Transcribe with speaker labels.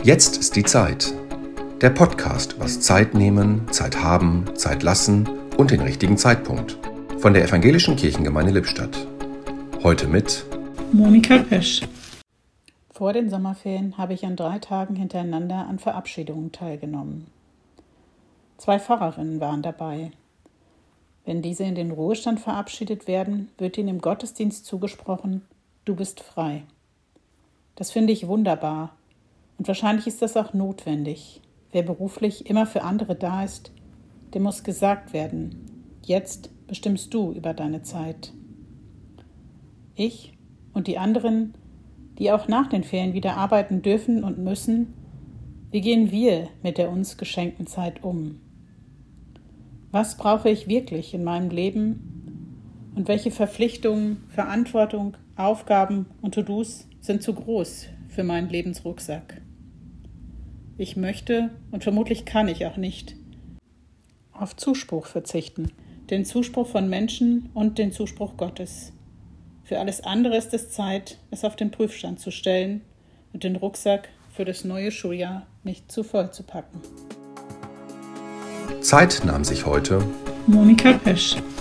Speaker 1: Jetzt ist die Zeit. Der Podcast übers Zeit nehmen, Zeit haben, Zeit lassen und den richtigen Zeitpunkt. Von der Evangelischen Kirchengemeinde Lippstadt. Heute mit
Speaker 2: Monika Pesch. Vor den Sommerferien habe ich an 3 Tagen hintereinander an Verabschiedungen teilgenommen. 2 Pfarrerinnen waren dabei. Wenn diese in den Ruhestand verabschiedet werden, wird ihnen im Gottesdienst zugesprochen: Du bist frei. Das finde ich wunderbar und wahrscheinlich ist das auch notwendig. Wer beruflich immer für andere da ist, dem muss gesagt werden: Jetzt bestimmst du über deine Zeit. Ich und die anderen, die auch nach den Ferien wieder arbeiten dürfen und müssen, wie gehen wir mit der uns geschenkten Zeit um? Was brauche ich wirklich in meinem Leben und welche Verpflichtungen, Verantwortung, Aufgaben und To-Dos sind zu groß für meinen Lebensrucksack? Ich möchte und vermutlich kann ich auch nicht auf Zuspruch verzichten, den Zuspruch von Menschen und den Zuspruch Gottes. Für alles andere ist es Zeit, es auf den Prüfstand zu stellen und den Rucksack für das neue Schuljahr nicht zu voll zu packen.
Speaker 1: Zeit nahm sich heute
Speaker 2: Monika Pesch.